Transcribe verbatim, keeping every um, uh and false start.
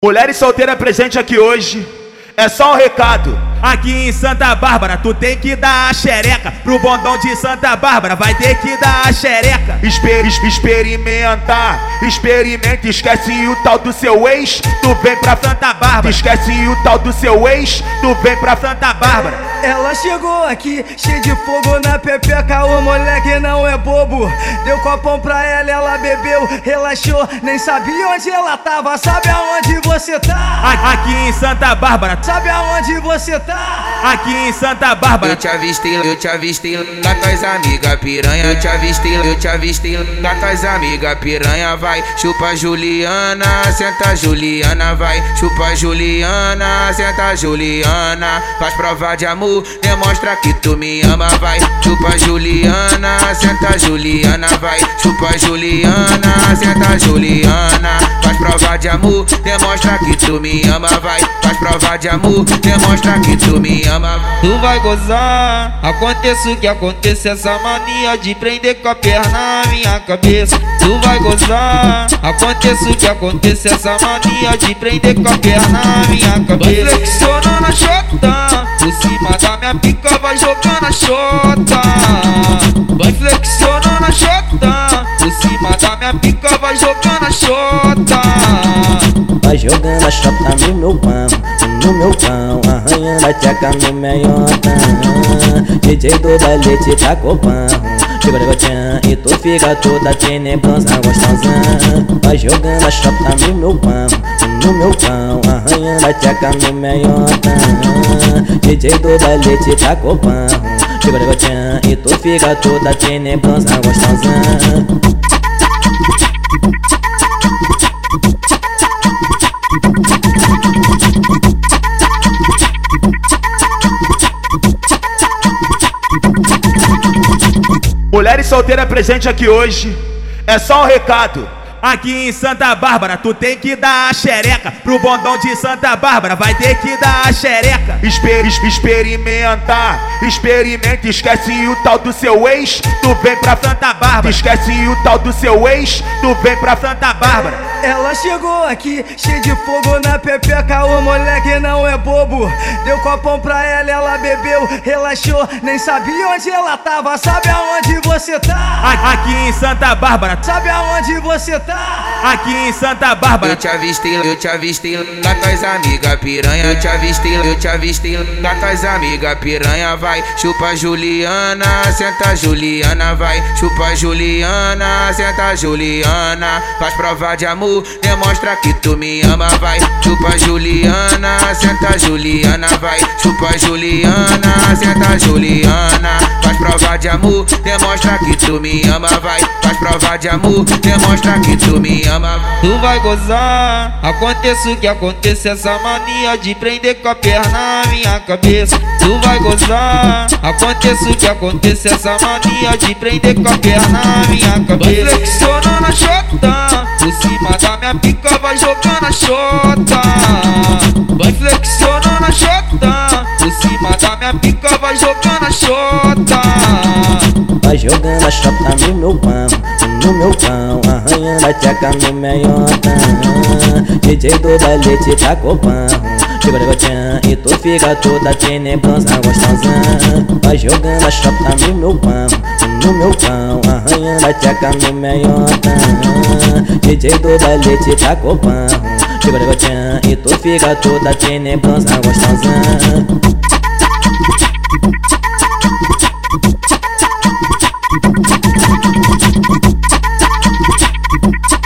Mulheres solteiras presente aqui hoje, é só um recado. Aqui em Santa Bárbara, tu tem que dar a xereca. Pro bondão de Santa Bárbara, vai ter que dar a xereca. Exper experimentar, experimenta, esquece o tal do seu ex, tu vem pra Santa Bárbara. Esquece o tal do seu ex, tu vem pra Santa Bárbara. Ela chegou aqui, cheia de fogo na pepeca, o moleque não é bobo. Deu copão pra ela, ela bebeu, relaxou, nem sabia onde ela tava. Sabe aonde você tá? Aqui em Santa Bárbara. Sabe aonde você tá? Aqui em Santa Bárbara. Eu te avistei, eu te avistei lá tuas amigas piranha. Eu te avistei, eu te avistei lá tuas amigas piranha. Vai, chupa Juliana, senta Juliana. Vai, chupa Juliana, senta Juliana. Faz prova de amor, demonstra que tu me ama. Vai, chupa Juliana, senta Juliana. Vai, chupa Juliana, senta Juliana. Faz prova de amor, demonstra que tu me ama. Vai, faz prova de amor, demonstra que tu me ama. Tu vai gozar, aconteça o que aconteça, essa mania de prender com a perna na minha cabeça. Tu vai gozar, aconteça o que aconteça, essa mania de prender com a perna na minha cabeça. Vai flexionando a chota, por cima da minha pica vai jogando a chota. Vai flexionando a chota, por cima da minha pica vai jogando a chota. Vai jogando a chota no meu pão, no meu pão, arranhando a tcheca no meiota. D J do bailete tá copão, chega de gotinha e tu fica toda tenebrosa, gostosa. Vai jogando a chota no meu pão, no meu pão, arranhando a tcheca no meiota. D J do bailete tá copão, chega de gotinha e tu fica toda tenebrosa, gostosa. Mulheres solteiras presente aqui hoje, é só um recado. Aqui em Santa Bárbara, tu tem que dar a xereca. Pro bondão de Santa Bárbara, vai ter que dar a xereca. Exper experimentar, experimenta, esquece o tal do seu ex, tu vem pra Santa Bárbara. Esquece o tal do seu ex, tu vem pra Santa Bárbara. Ela chegou aqui, cheia de fogo na pepeca, o moleque não é bobo. Deu copão pra ela, ela bebeu, relaxou, nem sabia onde ela tava. Sabe aonde você tá? Aqui em Santa Bárbara. Sabe aonde você tá? Aqui em Santa Bárbara. Eu te avistei, eu te avistei lá tuas amigas piranha. Eu te avistei, eu te avistei lá tuas amigas piranha. Vai, chupa Juliana, senta Juliana. Vai, chupa Juliana, senta Juliana. Faz prova de amor, demonstra que tu me ama. Vai, chupa Juliana, senta Juliana. Vai, chupa Juliana, senta Juliana. Faz prova de amor, demonstra que tu me ama. Vai, faz prova de amor, demonstra que tu me ama. Tu vai gozar, aconteça o que aconteça, essa mania de prender com a perna na minha cabeça. Tu vai gozar, aconteça o que aconteça, essa mania de prender com a perna na minha cabeça. Vai flexionando a chota, por cima da minha pica vai jogando a chota. Vai flexionando a chota, por cima da minha pica vai jogando a chota. Vai jogando a chota no meu pão, no meu pão, arranhando a tcheca no meiota. D J do bailete tá copão, chega de gotinha e tu fica toda tenebrosa, gostosa. Vai jogando a chota no meu pão, no meu pão, arranhando a tcheca no meiota. D J do bailete tá copão, chega de gotinha e tu fica toda tenebrosa, gostosa. Thank you.